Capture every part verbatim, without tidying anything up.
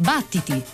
Battiti!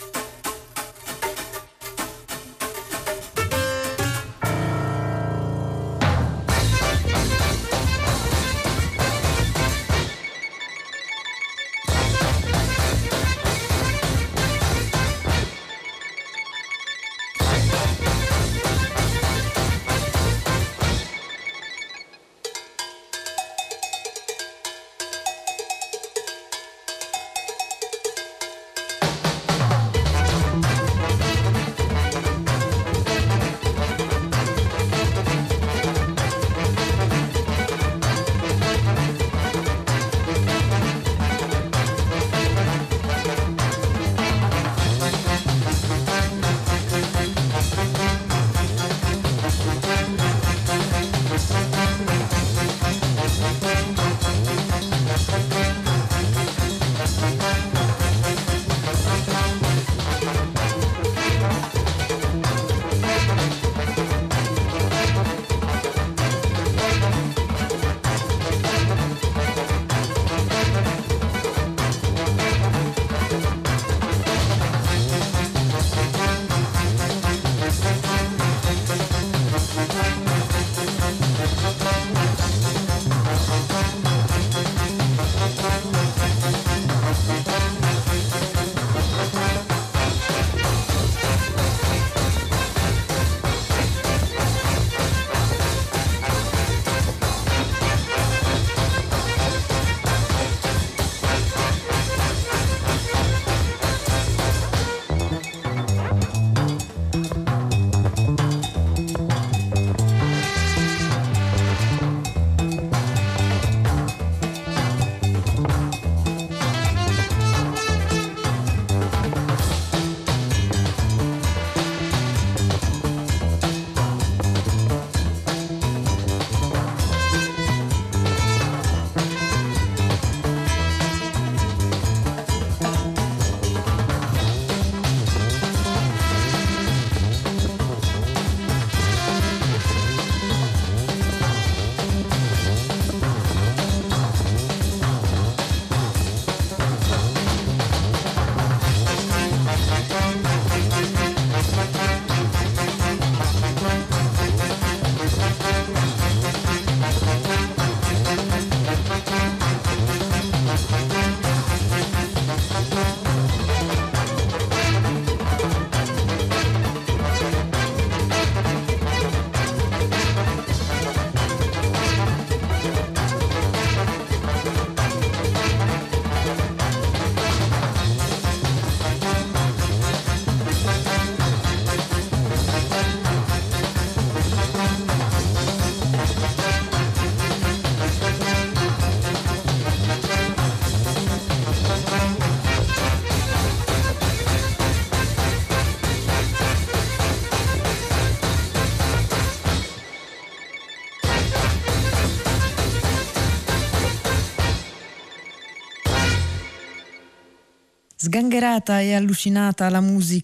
Sgangherata e allucinata la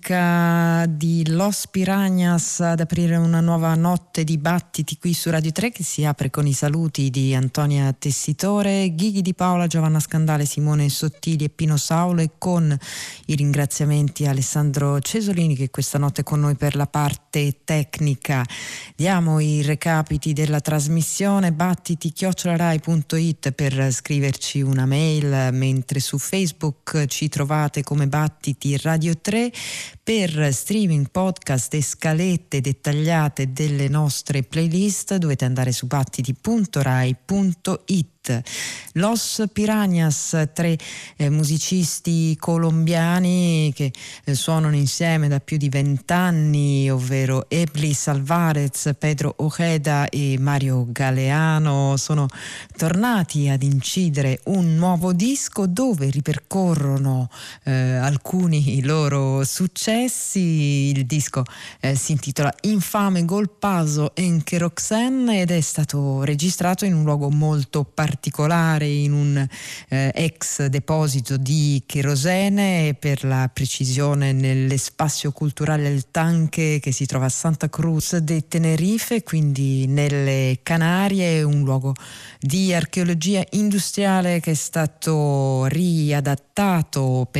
musica di Los Piranhas ad aprire una nuova notte di battiti qui su Radio tre, che si apre con i saluti di Antonia Tessitore, Ghighi Di Paola, Giovanna Scandale, Simone Sottili e Pino Saulo, e con i ringraziamenti a Alessandro Cesolini che questa notte è con noi per la parte tecnica. Diamo i recapiti della trasmissione: battiti chiocciola rai punto it per scriverci una mail, mentre su Facebook ci trovate come Battiti Radio tre. Per streaming, podcast e scalette dettagliate delle nostre playlist dovete andare su battiti punto rai punto it. Los Piranhas, tre eh, musicisti colombiani che eh, suonano insieme da più di vent'anni, ovvero Eblis Alvarez, Pedro Ojeda e Mario Galeano, sono tornati ad incidere un nuovo disco dove ripercorrono eh, alcuni loro successi. Il disco eh, si intitola Infame Golpazo en Roxanne ed è stato registrato in un luogo molto particolare, in un eh, ex deposito di cherosene, per la precisione nell'Espazio Culturale El Tanque, che si trova a Santa Cruz de Tenerife, quindi nelle Canarie, un luogo di archeologia industriale che è stato riadattato per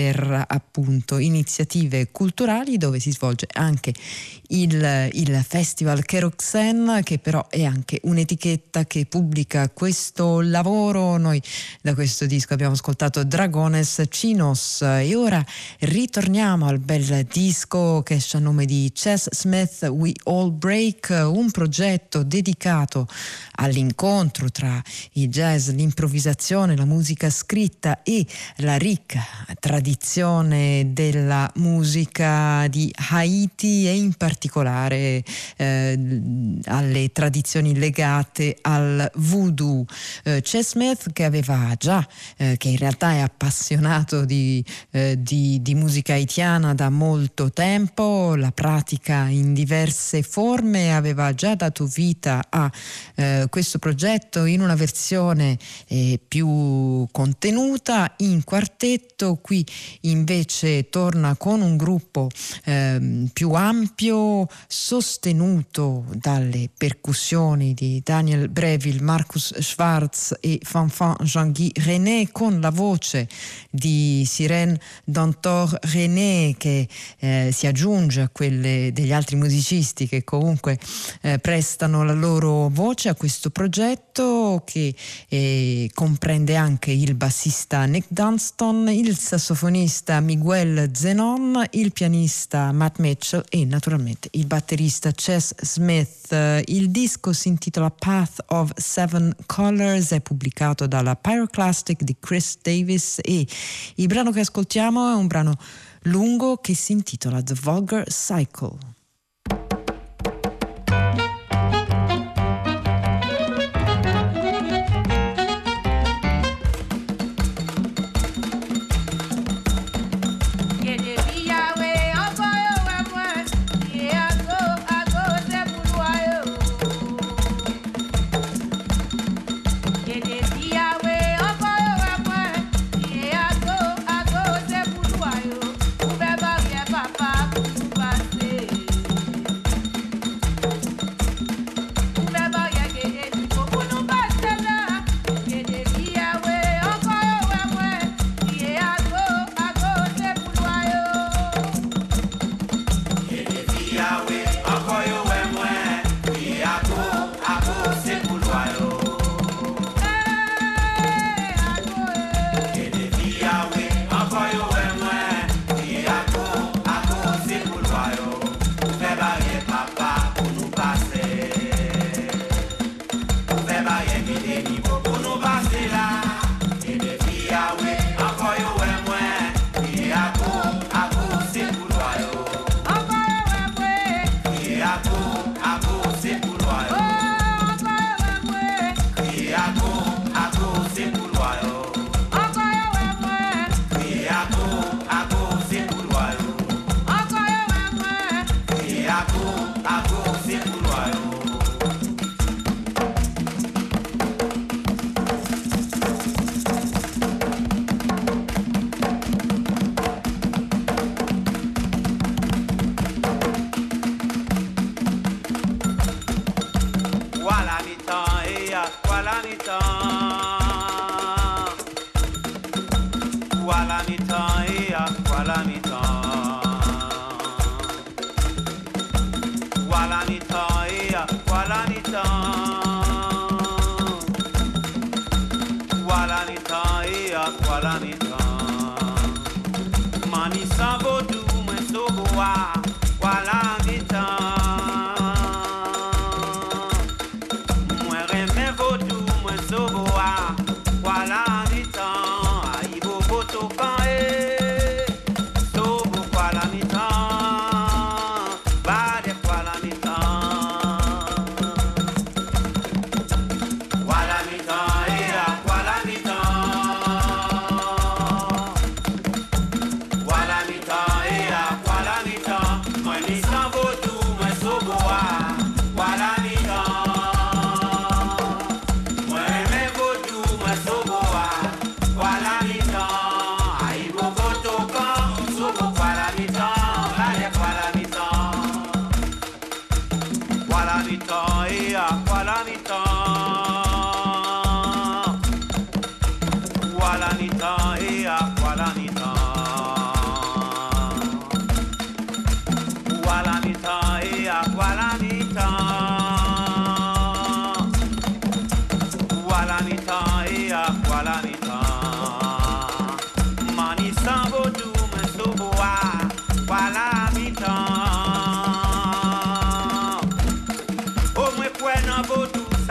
per appunto iniziative culturali, dove si svolge anche il, il Festival Keroxen, che però è anche un'etichetta che pubblica questo lavoro. Noi da questo disco abbiamo ascoltato Dragones Chinos e ora ritorniamo al bel disco che esce a nome di Chess Smith, We All Break, un progetto dedicato all'incontro tra il jazz, l'improvvisazione, la musica scritta e la ricca tradizione della musica di Haiti e in particolare eh, alle tradizioni legate al voodoo. Eh, Chess Smith, che aveva già, eh, che in realtà è appassionato di, eh, di, di musica haitiana da molto tempo, la pratica in diverse forme, aveva già dato vita a eh, questo progetto in una versione eh, più contenuta in quartetto. Qui invece torna con un gruppo eh, più ampio, sostenuto dalle percussioni di Daniel Breville, Marcus Schwartz e Fanfan Jean-Guy René, con la voce di Sirène Dantor René che eh, si aggiunge a quelle degli altri musicisti che comunque eh, prestano la loro voce a questo progetto, che eh, comprende anche il bassista Nick Dunston, il sassofonista Miguel Zenon, il pianista Matt Mitchell e naturalmente il batterista Chess Smith. Il disco si intitola Path of Seven Colors, è pubblicato dalla Pyroclastic di Chris Davis e il brano che ascoltiamo è un brano lungo che si intitola The Vulgar Cycle.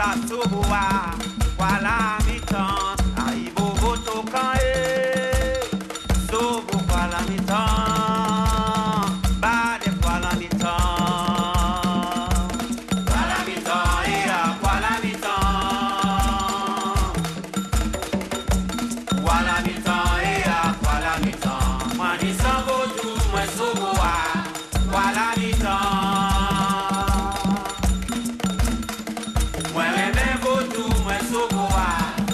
soboa, wala mitan, aibo voto kan e, sobo wala mitan, bade wala mitan, wala mitan e a wala mitan, wala mitan e a wala mitan, mani sambo tu mwen soboa, wala mitan. Mwen reme votou, mwen soboa.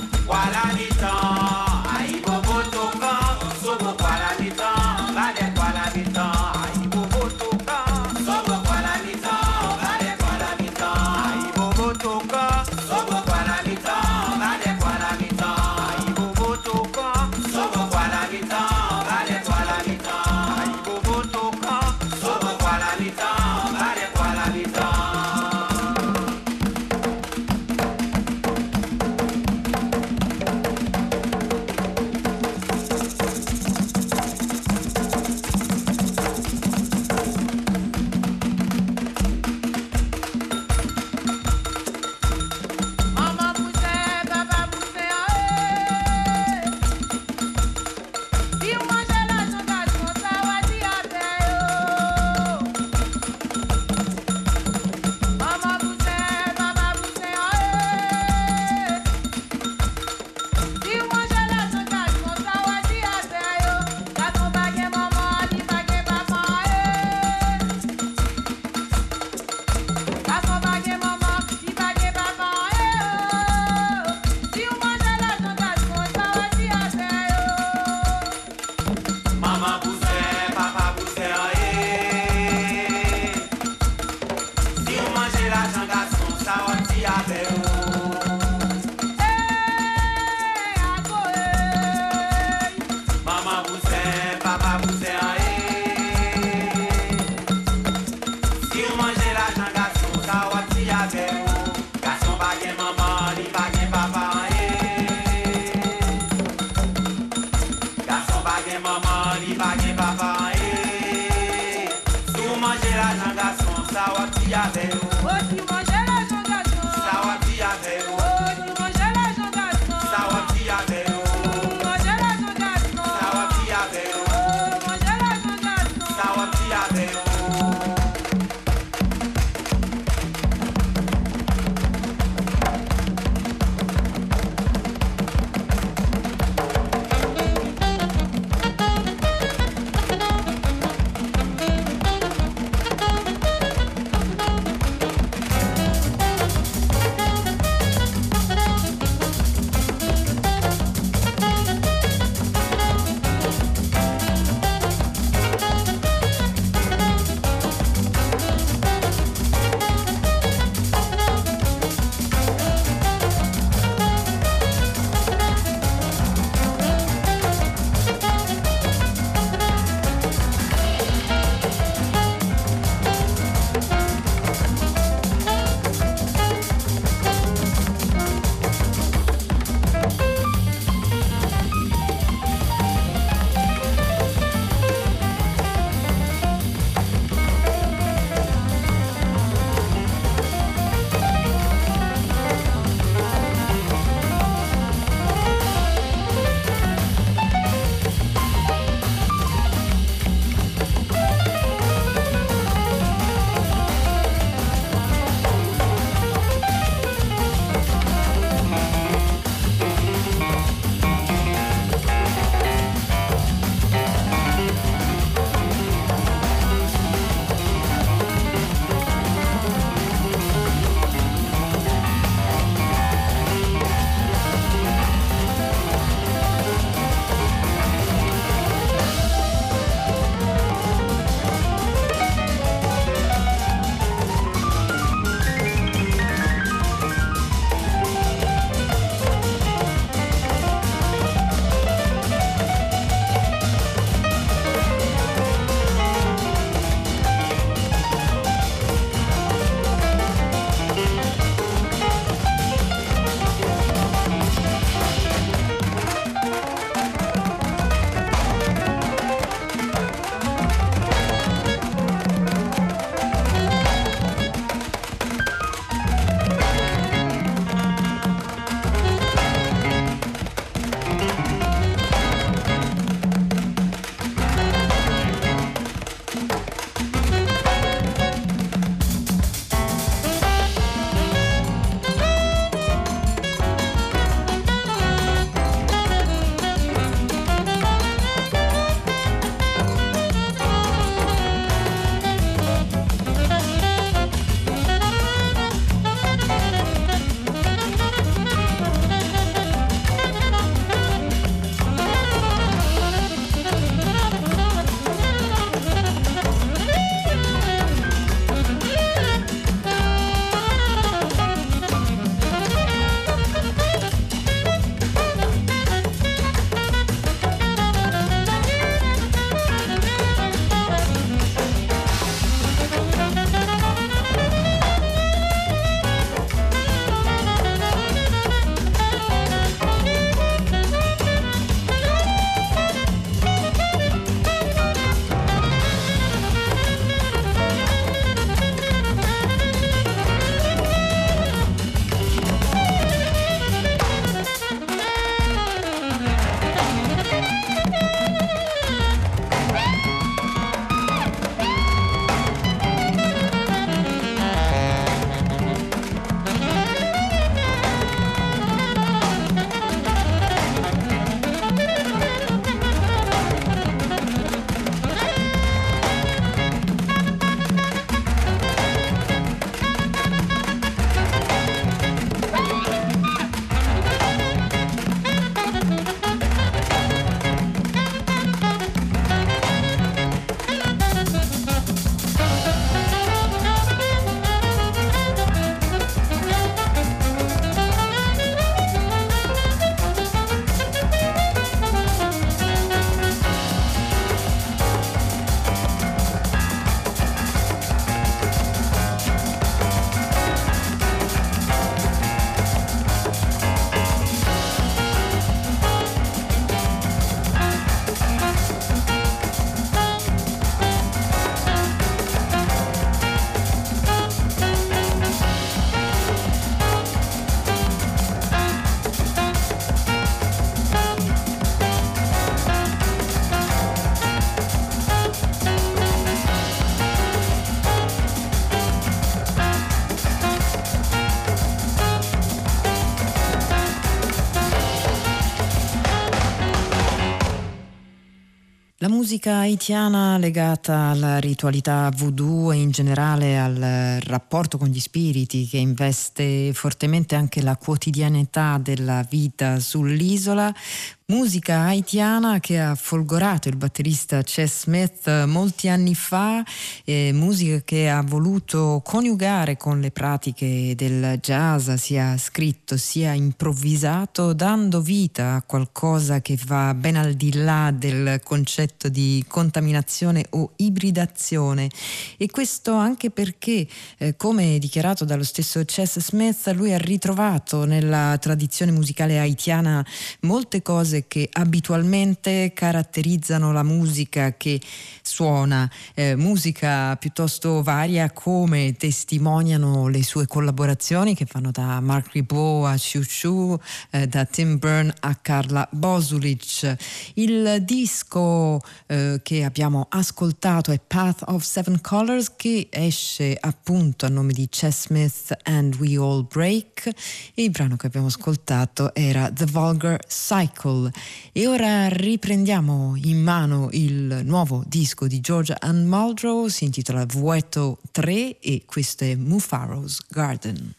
La musica haitiana legata alla ritualità voodoo e in generale al rapporto con gli spiriti che investe fortemente anche la quotidianità della vita sull'isola. Musica haitiana che ha folgorato il batterista Chess Smith molti anni fa, eh, musica che ha voluto coniugare con le pratiche del jazz, sia scritto sia improvvisato, dando vita a qualcosa che va ben al di là del concetto di contaminazione o ibridazione. E questo anche perché, eh, come dichiarato dallo stesso Chess Smith, lui ha ritrovato nella tradizione musicale haitiana molte cose che abitualmente caratterizzano la musica che suona, eh, musica piuttosto varia, come testimoniano le sue collaborazioni che vanno da Mark Ribot a Chou Chou, eh, da Tim Byrne a Carla Bozulic. Il disco eh, che abbiamo ascoltato è Path of Seven Colors, che esce appunto a nome di Chess Smith and We All Break, e il brano che abbiamo ascoltato era The Vulgar Cycle. E ora riprendiamo in mano il nuovo disco di Georgia Ann Muldrow, si intitola Vueto tre e questo è Mufaro's Garden.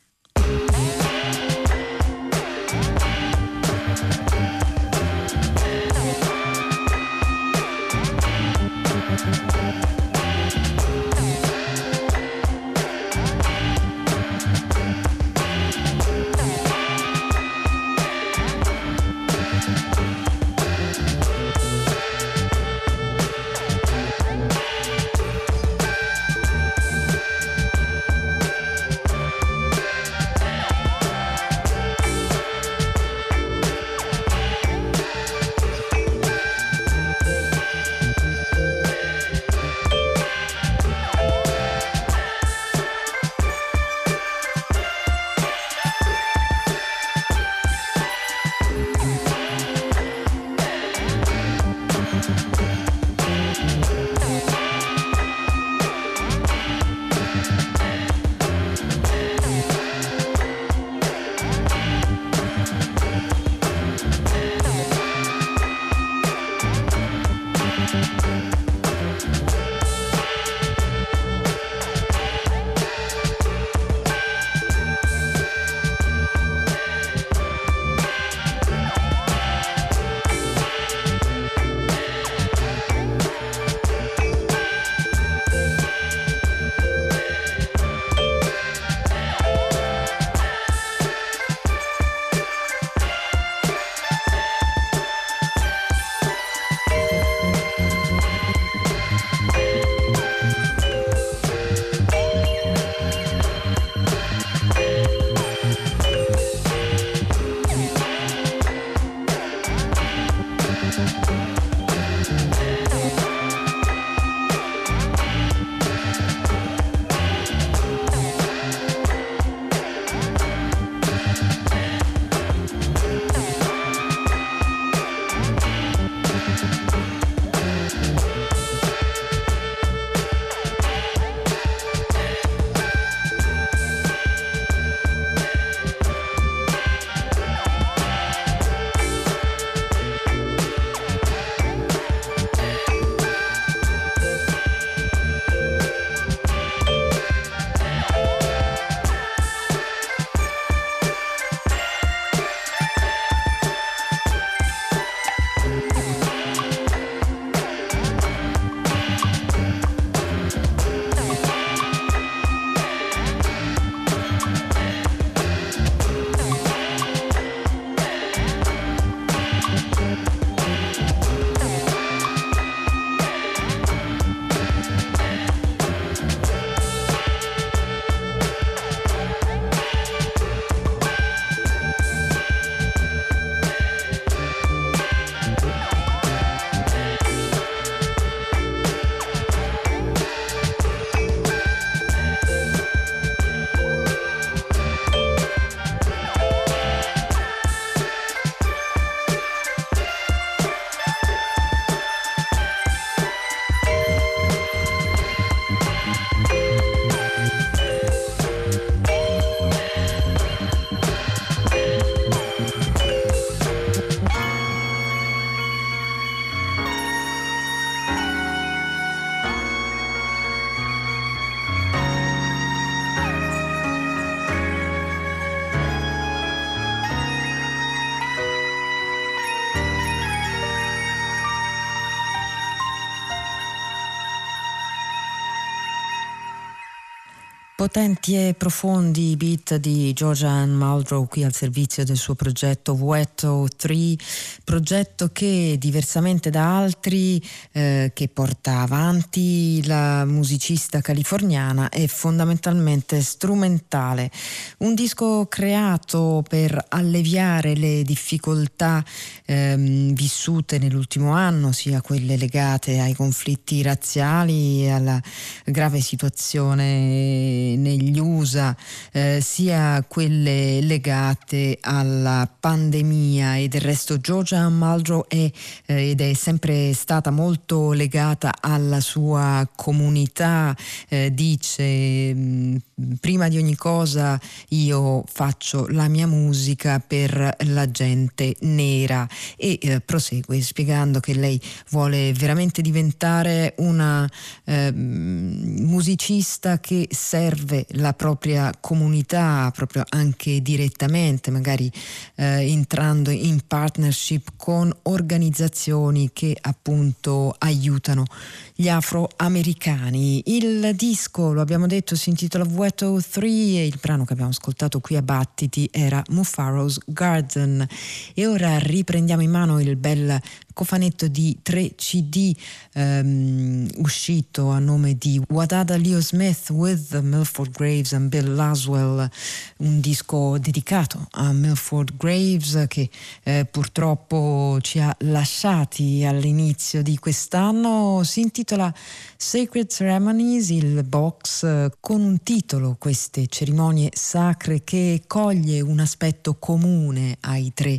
Potenti e profondi beat di Georgia Ann Muldrow qui al servizio del suo progetto Wetto tre, progetto che diversamente da altri eh, che porta avanti la musicista californiana è fondamentalmente strumentale. Un disco creato per alleviare le difficoltà ehm, vissute nell'ultimo anno, sia quelle legate ai conflitti razziali e alla grave situazione negli U S A, eh, sia quelle legate alla pandemia. E del resto Georgia Ann Muldrow è eh, ed è sempre stata molto legata alla sua comunità, eh, dice mh, prima di ogni cosa io faccio la mia musica per la gente nera, e eh, prosegue spiegando che lei vuole veramente diventare una eh, musicista che serve la propria comunità proprio anche direttamente, magari eh, entrando in partnership con organizzazioni che appunto aiutano gli afroamericani. Il disco, lo abbiamo detto, si intitola Wetto tre e il brano che abbiamo ascoltato qui a Battiti era Muffaro's Garden. E ora riprendiamo in mano il bel cofanetto di tre C D um, uscito a nome di Wadada Leo Smith with Milford Graves and Bill Laswell, un disco dedicato a Milford Graves che eh, purtroppo ci ha lasciati all'inizio di quest'anno. Si intitola Sacred Ceremonies, il box eh, con un titolo, queste cerimonie sacre, che coglie un aspetto comune ai tre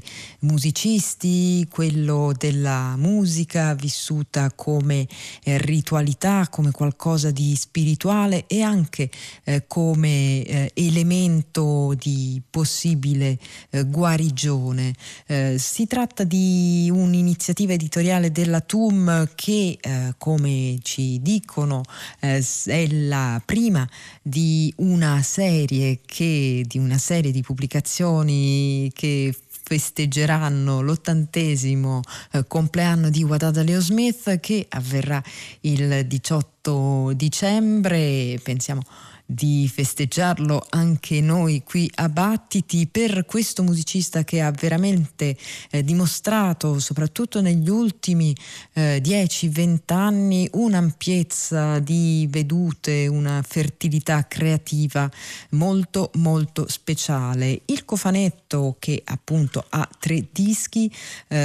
musicisti, quello del la musica vissuta come eh, ritualità, come qualcosa di spirituale e anche eh, come eh, elemento di possibile eh, guarigione. Eh, si tratta di un'iniziativa editoriale della T U M che, eh, come ci dicono, eh, è la prima di una serie che di una serie di pubblicazioni che festeggeranno l'ottantesimo eh, compleanno di Wadada Leo Smith, che avverrà il diciotto dicembre. Pensiamo di festeggiarlo anche noi qui a Battiti per questo musicista che ha veramente eh, dimostrato, soprattutto negli ultimi eh, dieci venti anni, un'ampiezza di vedute, una fertilità creativa molto molto speciale. Il cofanetto, che appunto ha tre dischi,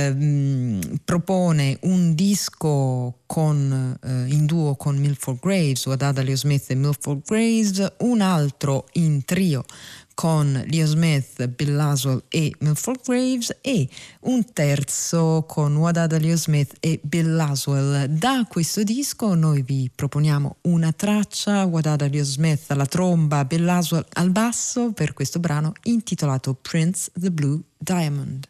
ehm, propone un disco con, eh, in duo con Milford Graves, Wadada Leo Smith e Milford Graves, un altro in trio con Leo Smith, Bill Laswell e Milford Graves, e un terzo con Wadada Leo Smith e Bill Laswell. Da questo disco noi vi proponiamo una traccia: Wadada Leo Smith alla tromba, Bill Laswell al basso, per questo brano intitolato Prince the Blue Diamond.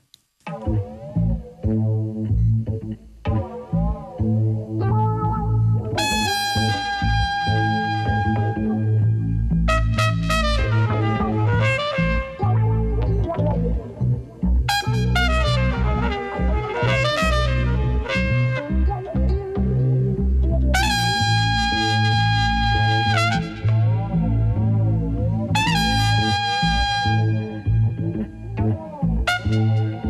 Thank you.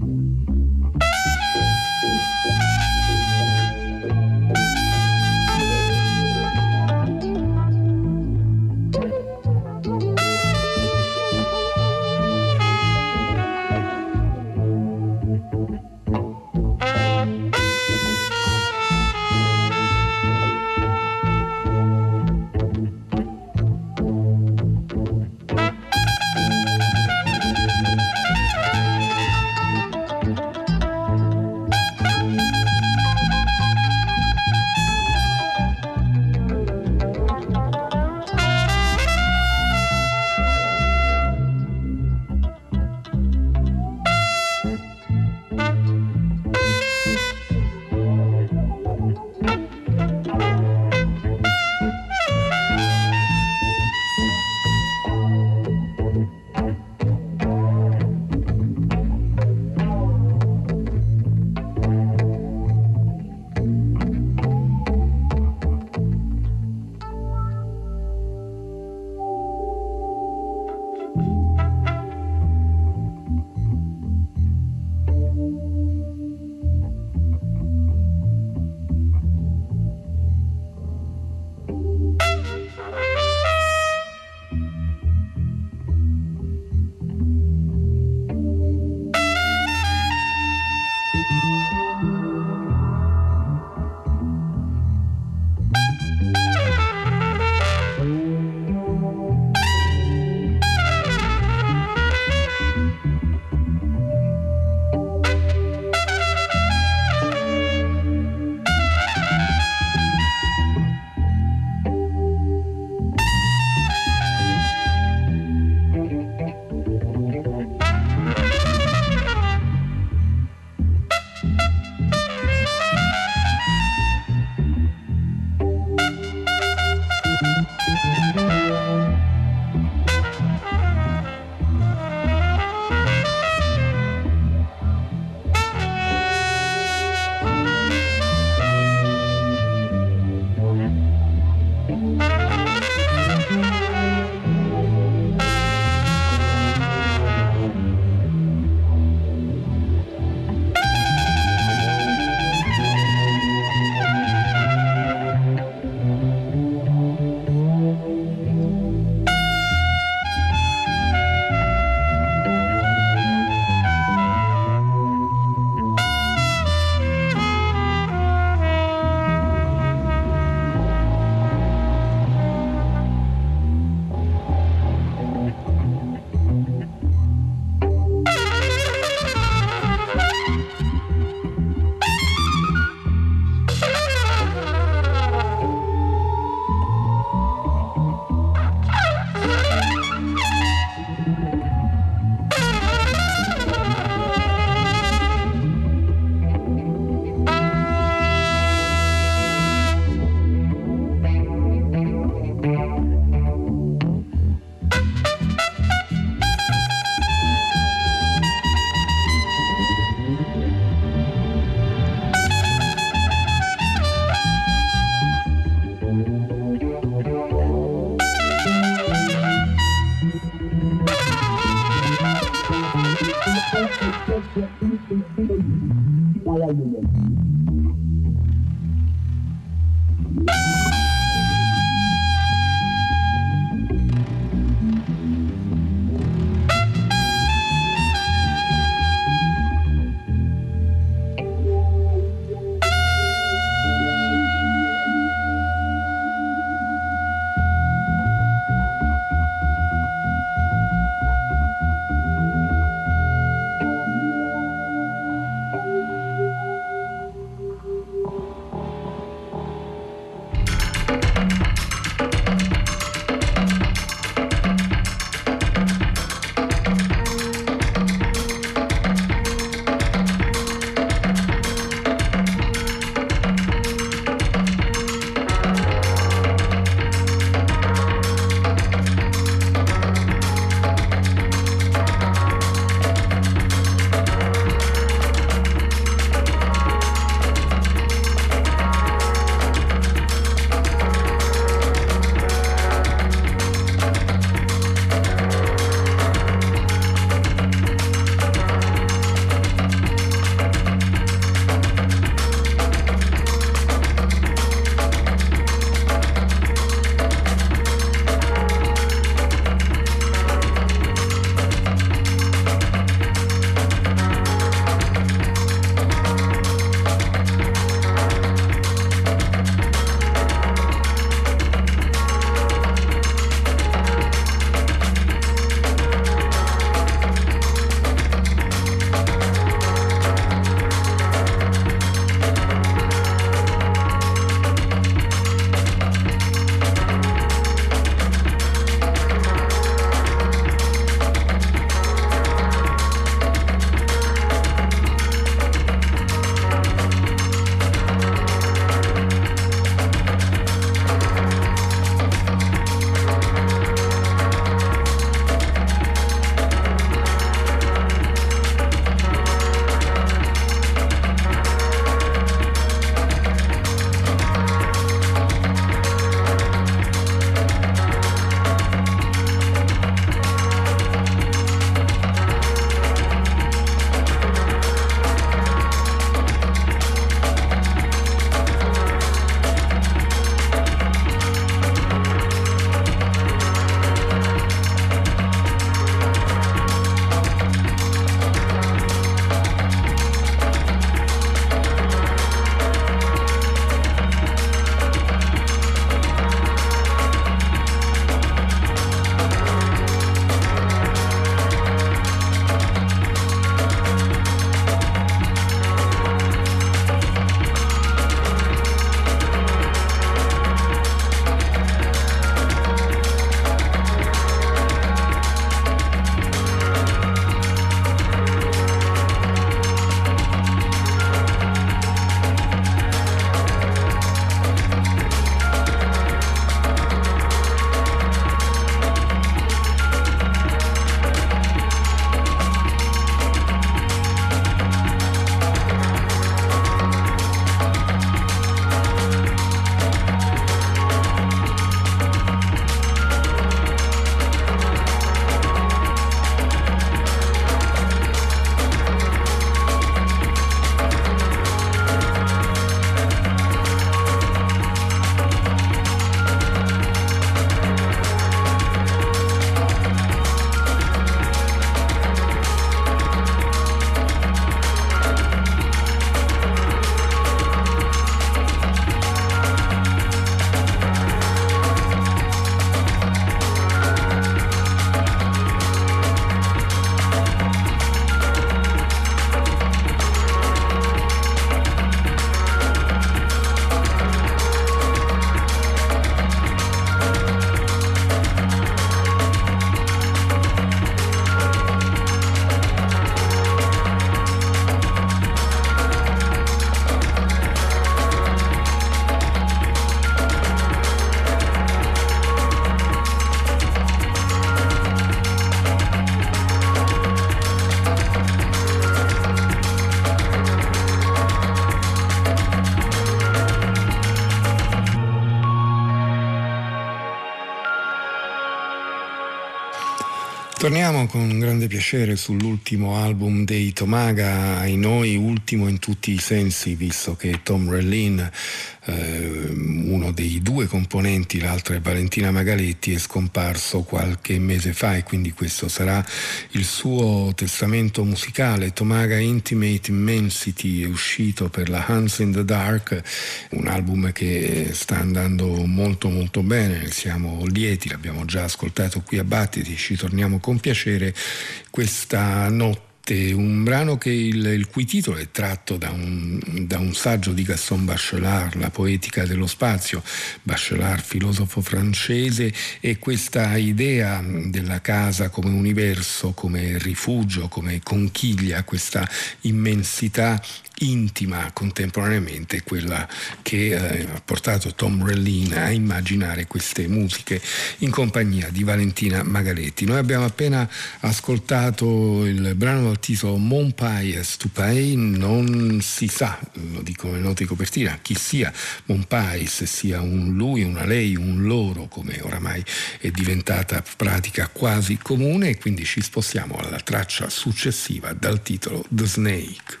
Torniamo con grande piacere sull'ultimo album dei Tomaga, ai noi ultimo in tutti i sensi, visto che Tom Relin, eh, uno dei due componenti, l'altro è Valentina Magaletti, è scomparso qualche mese fa e quindi questo sarà il suo testamento musicale. Tomaga Intimate Immensity è uscito per la Hands in the Dark, un album che sta andando molto molto bene, siamo lieti, l'abbiamo già ascoltato qui a Battiti, ci torniamo con piacere questa notte. Un brano che il, il cui titolo è tratto da un, da un saggio di Gaston Bachelard, La poetica dello spazio. Bachelard, filosofo francese, e questa idea della casa come universo, come rifugio, come conchiglia, questa immensità intima contemporaneamente, quella che eh, ha portato Tom Relin a immaginare queste musiche in compagnia di Valentina Magaletti. Noi abbiamo appena ascoltato il brano dal titolo Mon Pais tu Pais, non si sa, lo dico nelle note di copertina, chi sia Mon Pais, sia un lui, una lei, un loro, come oramai è diventata pratica quasi comune, e quindi ci spostiamo alla traccia successiva dal titolo The Snake.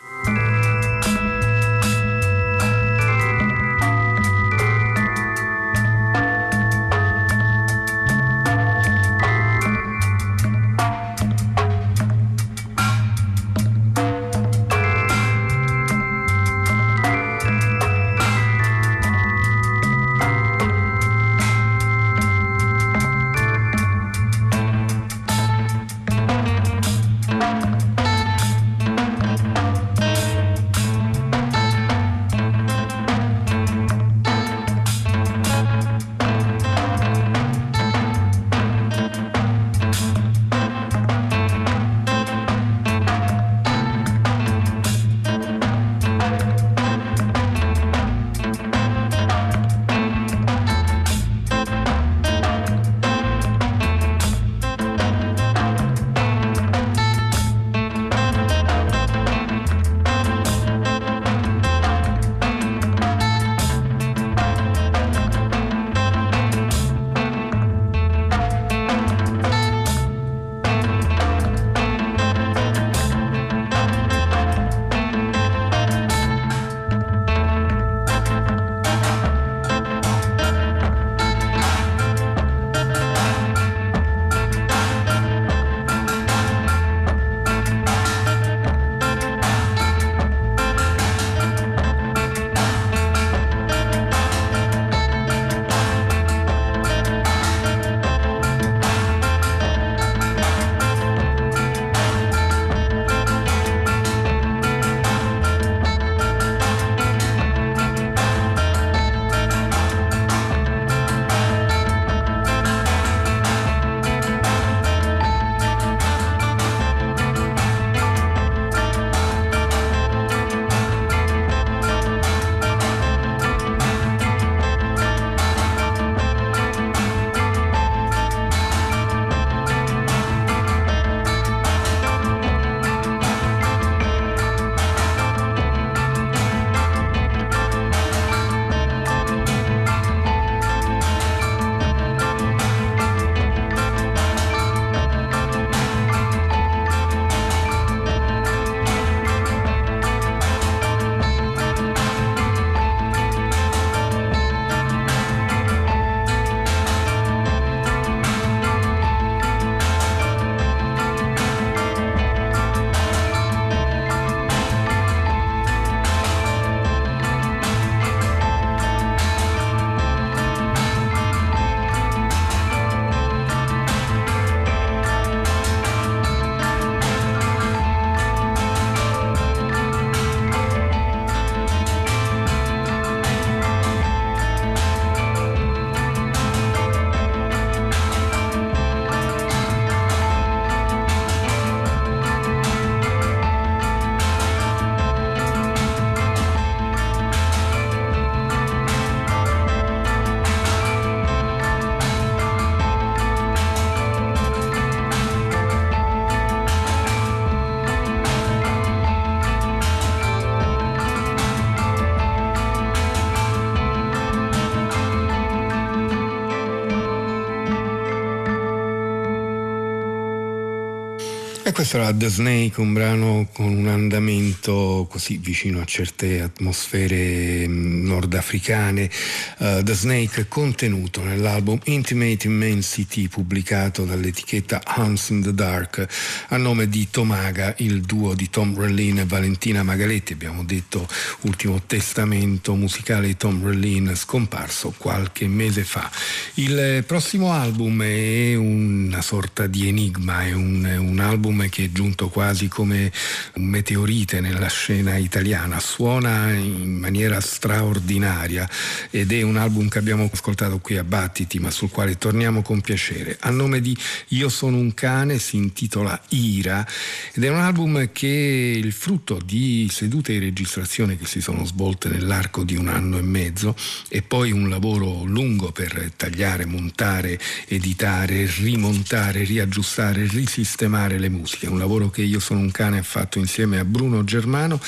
E questo era The Snake, un brano con un andamento così vicino a certe atmosfere nordafricane. Uh, The Snake contenuto nell'album Intimate Immensity, pubblicato dall'etichetta Hans in the Dark, a nome di Tomaga, il duo di Tom Relin e Valentina Magaletti. Abbiamo detto ultimo testamento musicale di Tom Relin, scomparso qualche mese fa. Il prossimo album è una sorta di enigma, è un, un album che è giunto quasi come un meteorite nella scena italiana, suona in maniera straordinaria ed è un album che abbiamo ascoltato qui a Battiti, ma sul quale torniamo con piacere. A nome di Io sono un cane, si intitola Ira ed è un album che è il frutto di sedute di registrazione che si sono svolte nell'arco di un anno e mezzo e poi un lavoro lungo per tagliare, montare, editare, rimontare, riaggiustare, risistemare le musiche. Un lavoro che Io sono un cane ha fatto insieme a Bruno Germano,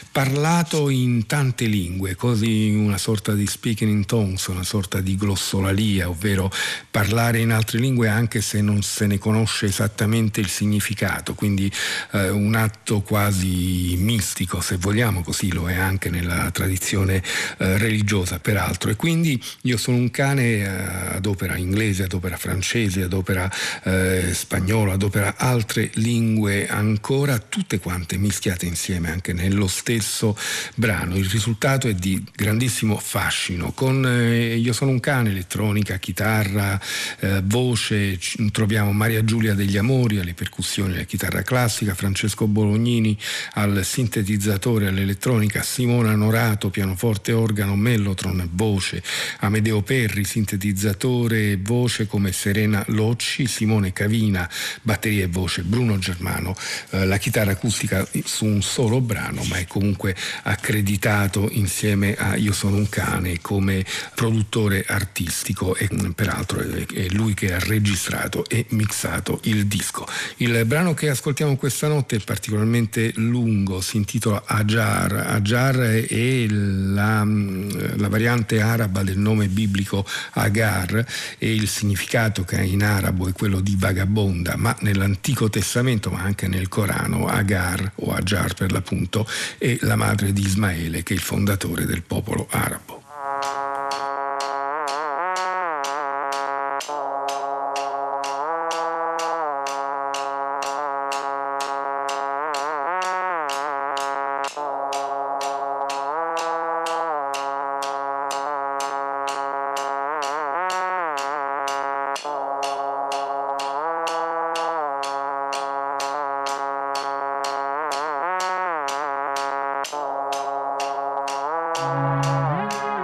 parlato in tante lingue, così una sorta di speaking in tongues, una sorta di glossolalia, ovvero parlare in altre lingue anche se non se ne conosce esattamente il significato, quindi eh, un atto quasi mistico, se vogliamo, così lo è anche nella tradizione eh, religiosa peraltro. E quindi Io sono un cane eh, ad opera inglese, ad opera francese, ad opera eh, spagnolo, ad opera altre lingue ancora, tutte quante mischiate insieme anche nello stesso brano. Il risultato è di grandissimo fascino, con eh, Io sono un cane, elettronica, chitarra, eh, voce, troviamo Maria Giulia Degli Amori alle percussioni, alla chitarra classica, Francesco Bolognini al sintetizzatore, all'elettronica, Simona Norato, pianoforte, organo, mellotron, voce, Amedeo Perri, sintetizzatore e voce come Serena Locci, Simone Cavina, batteria e voce, Bruno Germano, eh, la chitarra acustica su un solo brano, ma è comunque accreditato insieme a Io sono un cane come produttore artistico e peraltro è, è lui che ha registrato e mixato il disco. Il brano che ascoltiamo questa notte è particolarmente lungo, si intitola Ajar. Ajar è la, la variante araba del nome biblico Agar e il significato che ha in arabo è quello di vagabonda, ma nell'Antico Testamento, ma anche nel Corano, Agar o Ajar per l'appunto è la madre di Ismaele, che è il fondatore del popolo arabo. Thank you.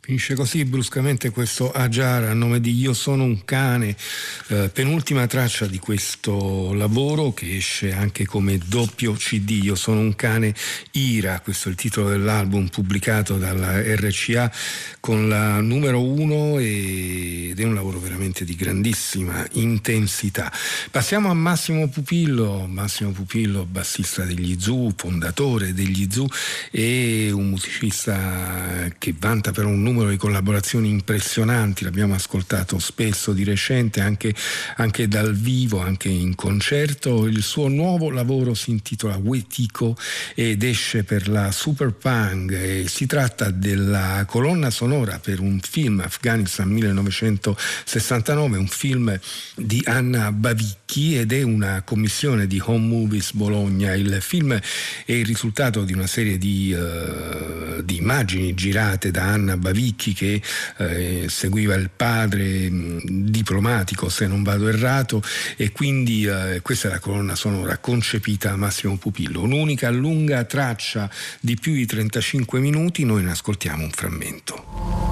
Finisce così bruscamente questo Ajar a nome di Io sono un cane, eh, penultima traccia di questo lavoro che esce anche come doppio C D. Io sono un cane Ira, questo è il titolo dell'album pubblicato dalla R C A con la numero uno ed è un lavoro veramente di grandissima intensità. Passiamo a Massimo Pupillo, Massimo Pupillo bassista degli Zoo, fondatore degli Zoo e un musicista che vanta però un numero di collaborazioni impressionanti, l'abbiamo ascoltato spesso di recente anche, anche dal vivo, anche in concerto. Il suo nuovo lavoro si intitola Wetiko ed esce per la Super Pang e si tratta della colonna sonora per un film, Afghanistan millenovecentosessantanove, un film di Anna Bavicchi ed è una commissione di Home Movies Bologna. Il film è il risultato di una serie di, uh, di immagini girate da Anna Bavicchi che eh, seguiva il padre mh, diplomatico, se non vado errato, e quindi eh, questa è la colonna sonora concepita da Massimo Pupillo, un'unica lunga traccia di più di trentacinque minuti. Noi ne ascoltiamo un frammento.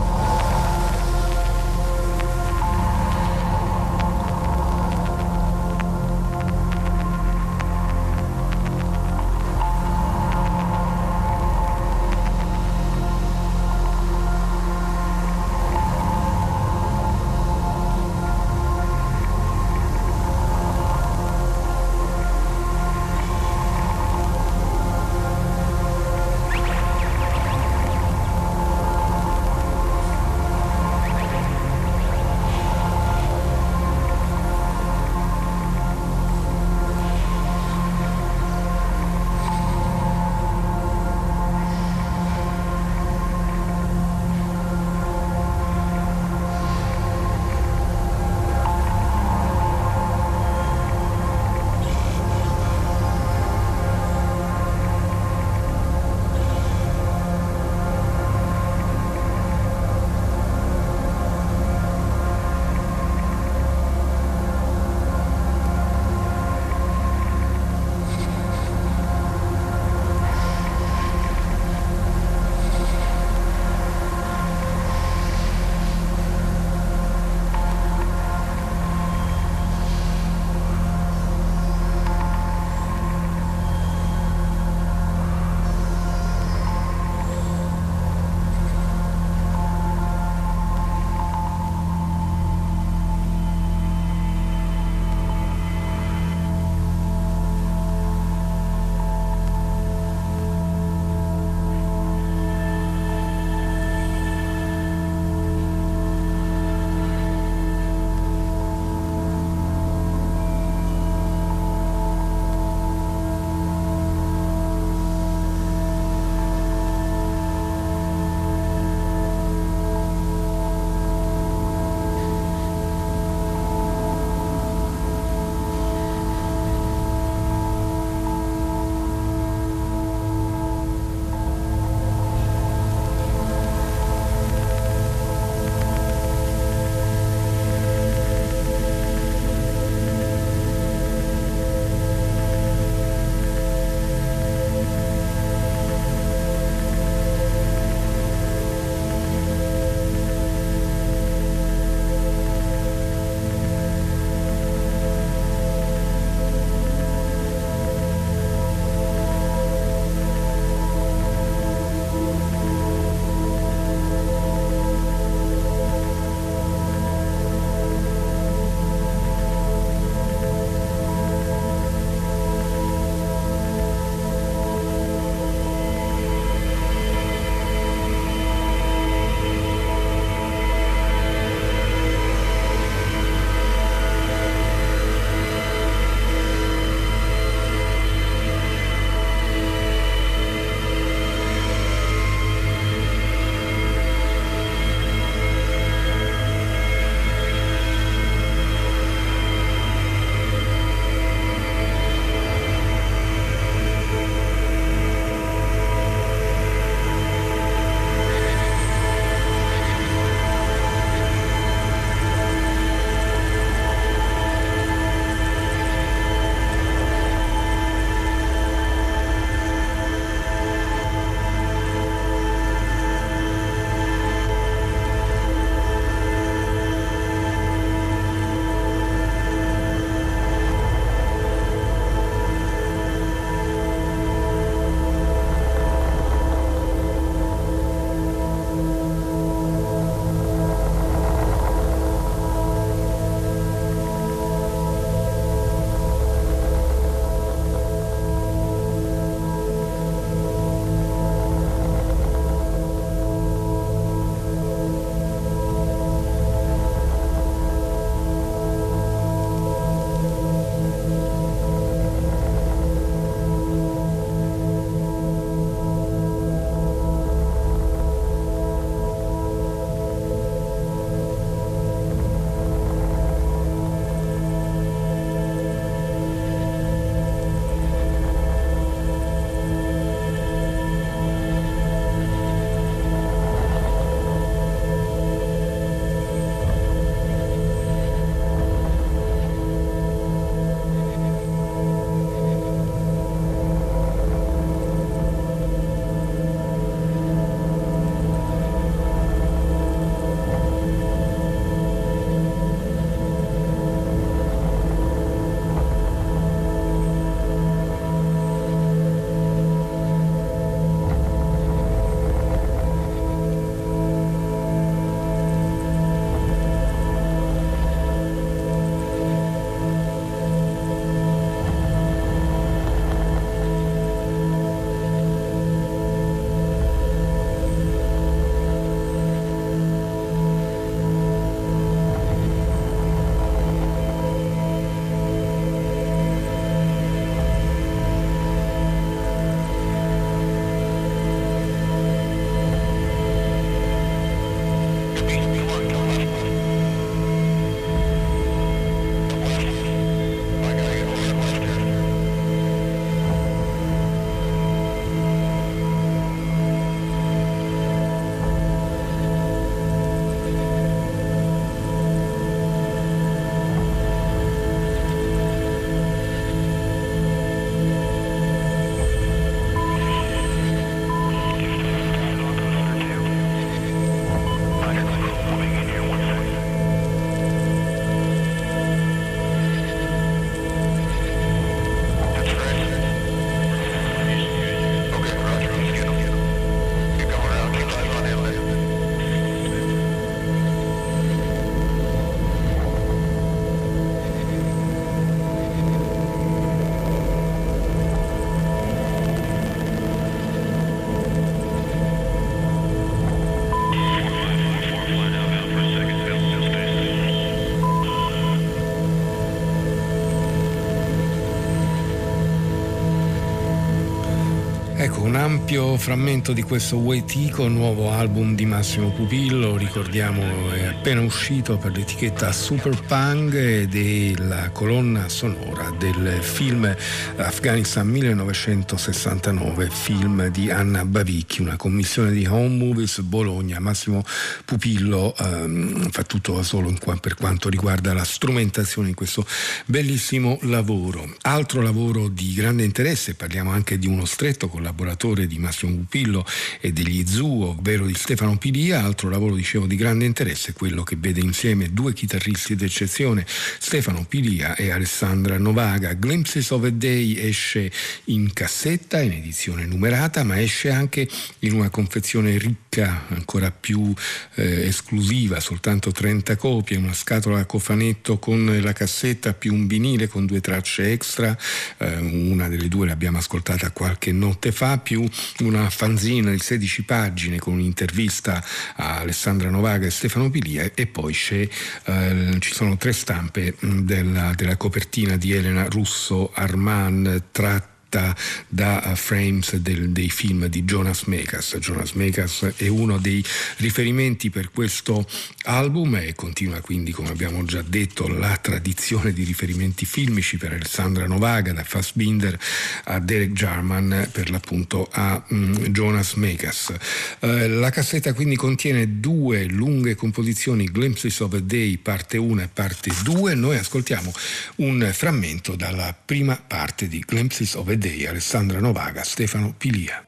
un ampio frammento di questo Waitico, nuovo album di Massimo Pupillo, ricordiamo è appena uscito per l'etichetta Super Punk ed è la colonna sonora del film Afghanistan millenovecentosessantanove, film di Anna Bavicchi, una commissione di Home Movies Bologna. Massimo Pupillo ehm, fa tutto da solo in qua, per quanto riguarda la strumentazione di questo bellissimo lavoro. Altro lavoro di grande interesse, parliamo anche di uno stretto collaboratore di Massimo Pupillo e degli Zoo, ovvero di Stefano Pilia. Altro lavoro, dicevo, di grande interesse, quello che vede insieme due chitarristi d'eccezione, Stefano Pilia e Alessandra Novaga. Glimpses of a Day esce in cassetta, in edizione numerata, ma esce anche in una confezione ricca, ancora più eh, esclusiva, soltanto trenta copie, una scatola a cofanetto con la cassetta più un vinile con due tracce extra, eh, una delle due l'abbiamo ascoltata qualche notte fa, più una fanzina di sedici pagine con un'intervista a Alessandra Novaga e Stefano Pilia, e poi c'è, eh, ci sono tre stampe della, della copertina di Elena Russo Arman, tratta da frames del, dei film di Jonas Mekas. Jonas Mekas è uno dei riferimenti per questo album e continua quindi, come abbiamo già detto, la tradizione di riferimenti filmici per Alessandra Novaga, da Fassbinder a Derek Jarman, per l'appunto a um, Jonas Mekas. Uh, la cassetta quindi contiene due lunghe composizioni, Glimpses of a Day parte uno e parte due. Noi ascoltiamo un frammento dalla prima parte di Glimpses of a Day, Alessandra Novaga, Stefano Pilia.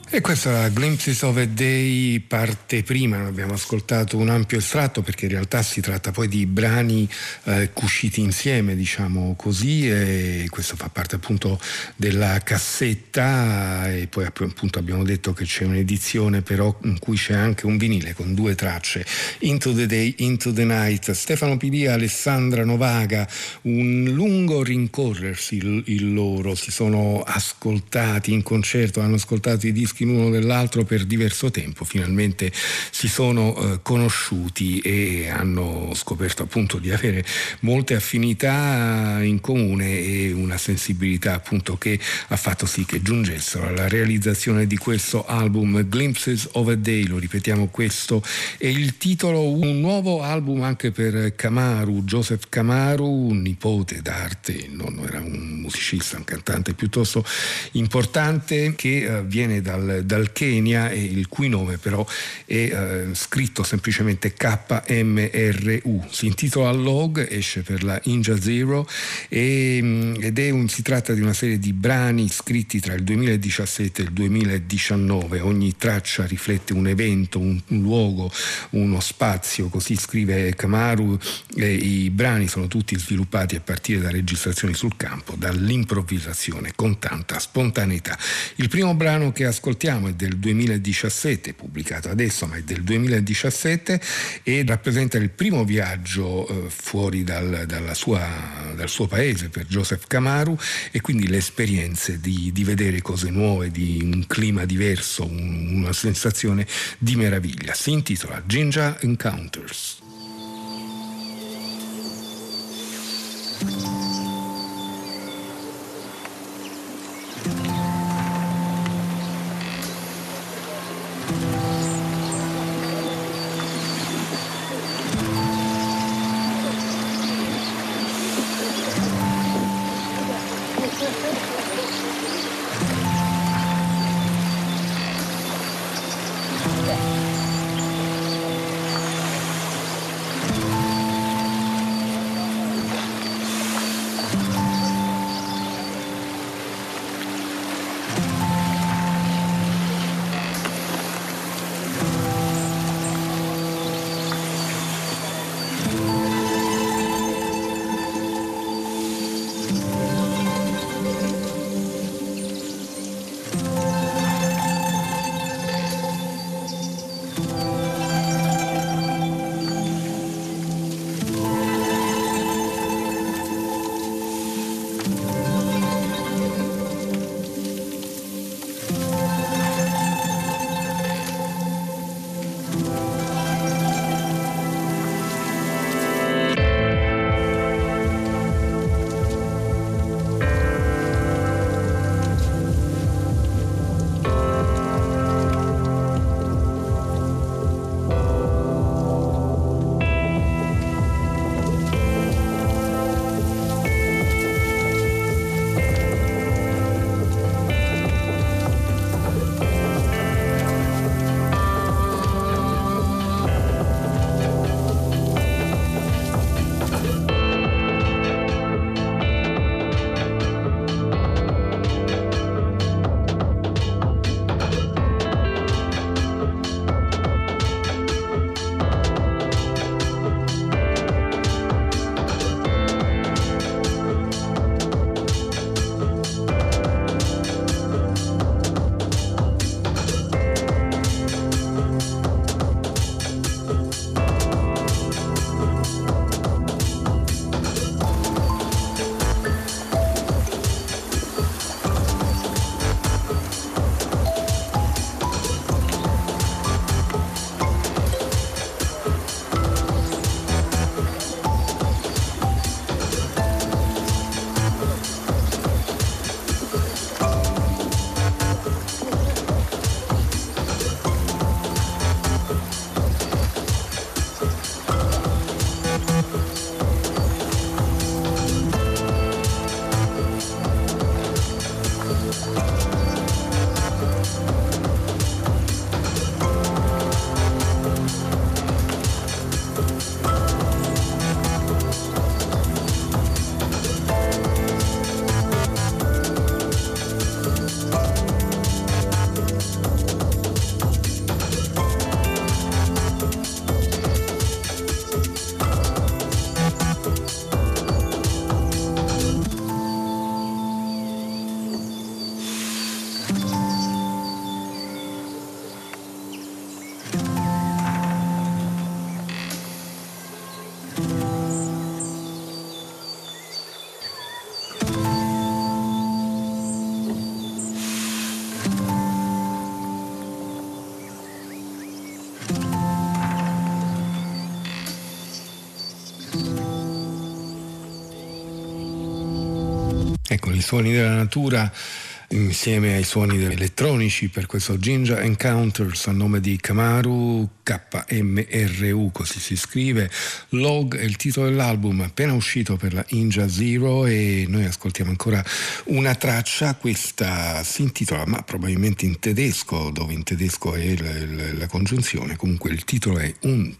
E questa Glimpses of a Day parte prima, abbiamo ascoltato un ampio estratto perché in realtà si tratta poi di brani eh, cusciti insieme, diciamo così, e questo fa parte appunto della cassetta, e poi appunto abbiamo detto che c'è un'edizione però in cui c'è anche un vinile con due tracce, Into the Day, Into the Night. Stefano P D, Alessandra Novaga, un lungo rincorrersi il, il loro, si sono ascoltati in concerto, hanno ascoltato i dischi l'uno dell'altro per diverso tempo, finalmente si sono eh, conosciuti e hanno scoperto appunto di avere molte affinità in comune e una sensibilità appunto che ha fatto sì che giungessero alla realizzazione di questo album Glimpses of a Day. Lo ripetiamo, questo è il titolo, un nuovo album anche per Kamaru, Joseph Kamaru, un nipote d'arte, il nonno era un musicista, un cantante piuttosto importante che eh, viene dal dal Kenya e il cui nome però è eh, scritto semplicemente K M R U. Si intitola Log, esce per la Inja Zero e, ed è un, si tratta di una serie di brani scritti tra il duemiladiciassette e il duemiladiciannove. Ogni traccia riflette un evento, un, un luogo, uno spazio, così scrive Kamaru, e i brani sono tutti sviluppati a partire da registrazioni sul campo, dall'improvvisazione con tanta spontaneità. Il primo brano che ascoltiamo è del duemiladiciassette, pubblicato adesso ma è del duemiladiciassette, e rappresenta il primo viaggio eh, fuori dal, dalla sua, dal suo paese per Joseph Kamaru, e quindi le esperienze di, di vedere cose nuove, di un clima diverso, un, una sensazione di meraviglia. Si intitola Jinja Encounters. Ecco, i suoni della natura insieme ai suoni elettronici per questo Ginger Encounters a nome di Kamaru, K M R U così si scrive. Log è il titolo dell'album appena uscito per la Inja Zero, e noi ascoltiamo ancora una traccia. Questa si intitola, ma probabilmente in tedesco, dove in tedesco è la, la, la congiunzione, comunque il titolo è Und.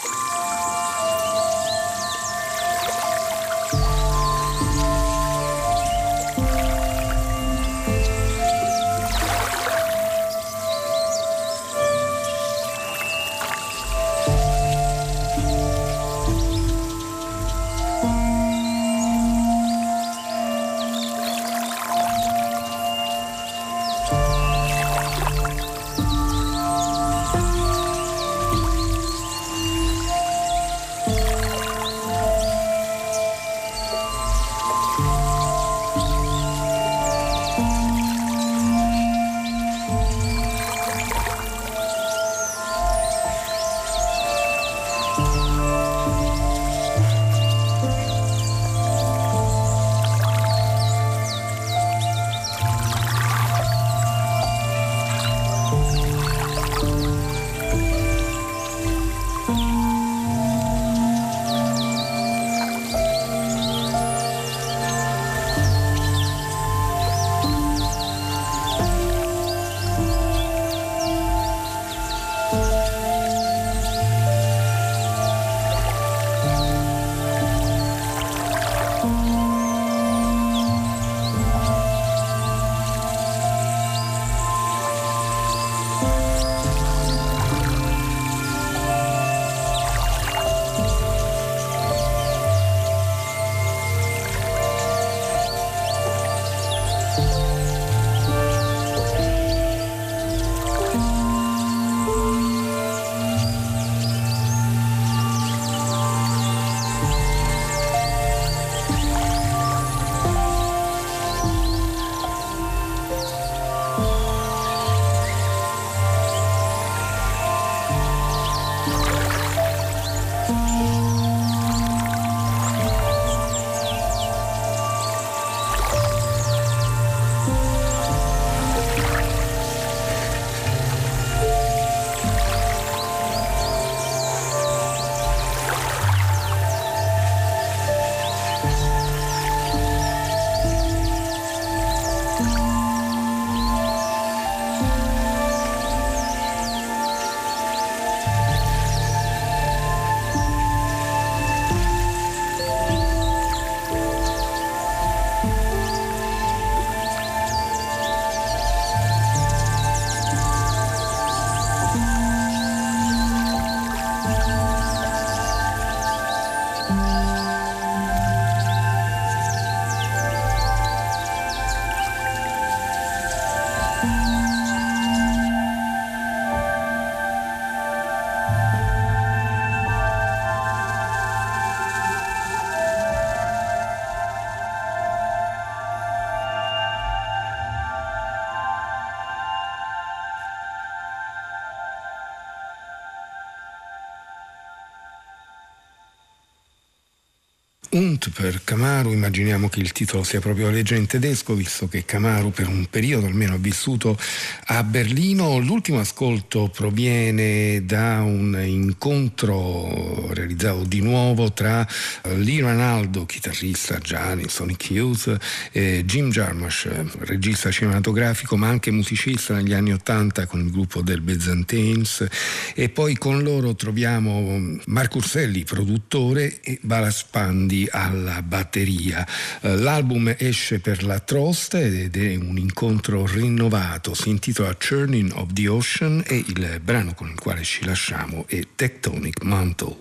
Und per Kamaru, immaginiamo che il titolo sia proprio a leggere in tedesco, visto che Kamaru per un periodo almeno ha vissuto a Berlino. L'ultimo ascolto proviene da un incontro realizzato di nuovo tra Lee Ranaldo, chitarrista già nei Sonic Youth, e Jim Jarmusch, regista cinematografico ma anche musicista negli anni Ottanta con il gruppo del Byzantines, e poi con loro troviamo Marco Urselli, produttore, e Balazs Pandi alla batteria. L'album esce per la Trost ed è un incontro rinnovato, si intitola Churning of the Ocean e il brano con il quale ci lasciamo è Tectonic Mantle.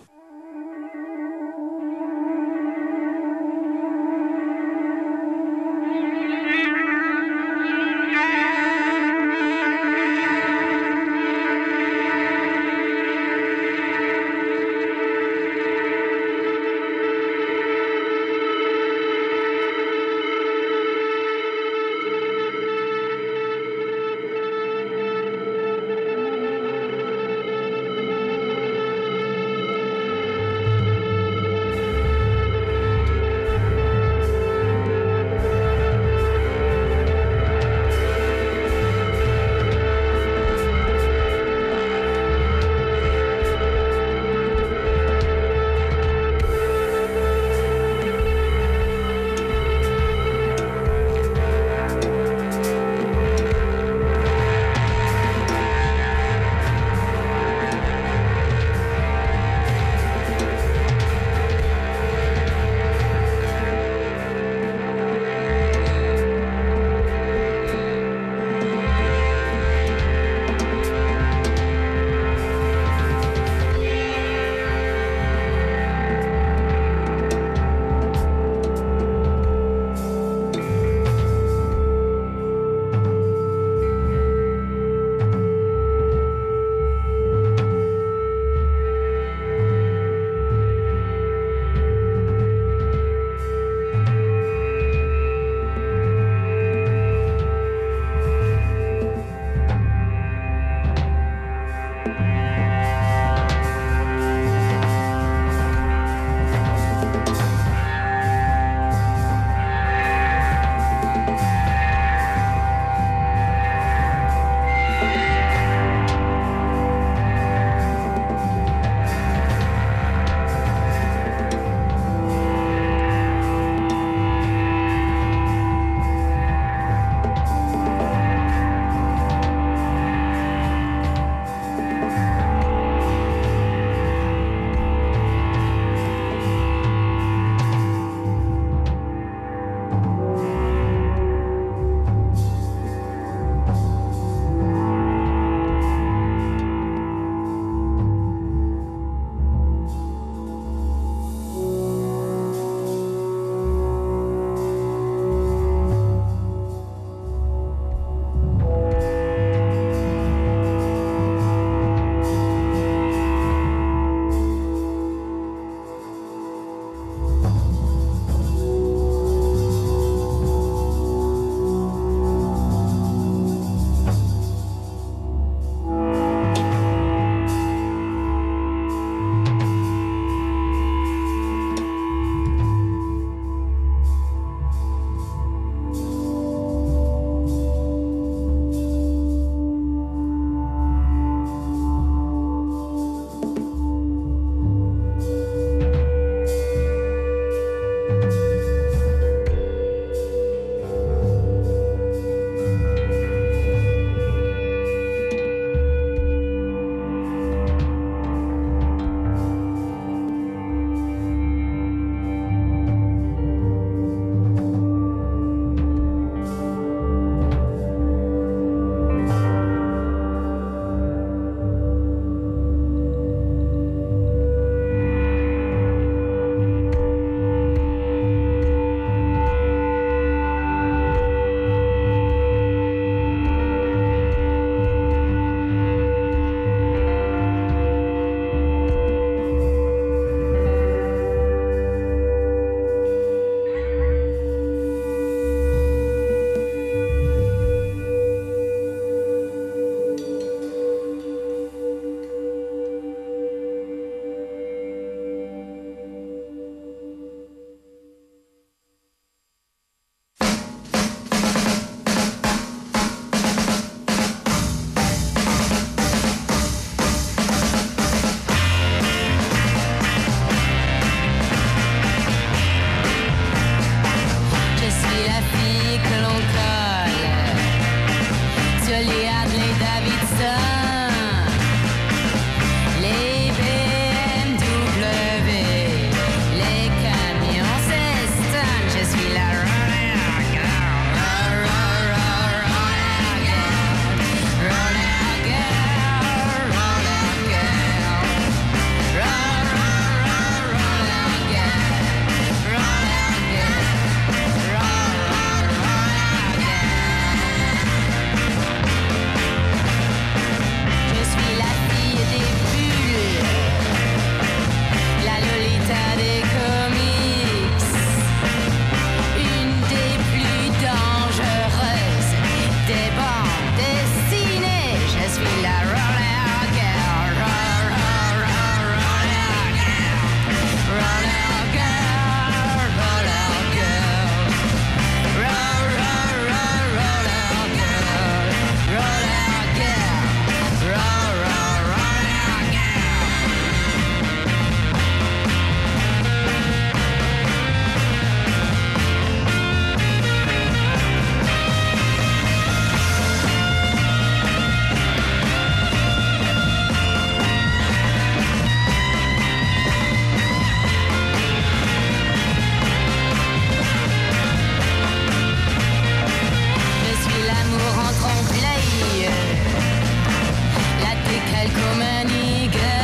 elle communique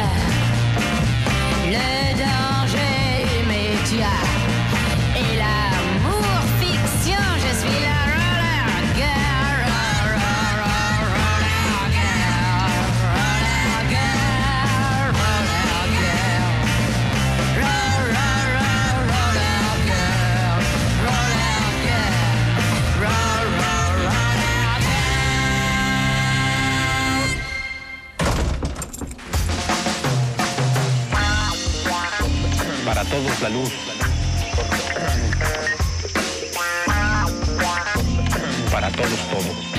le danger immédiat et l'amour fiction. Je suis la roller girl, roller girl, roller girl, roller girl, roller girl, roller girl, roller girl. Para todos la luz. Para todos todo.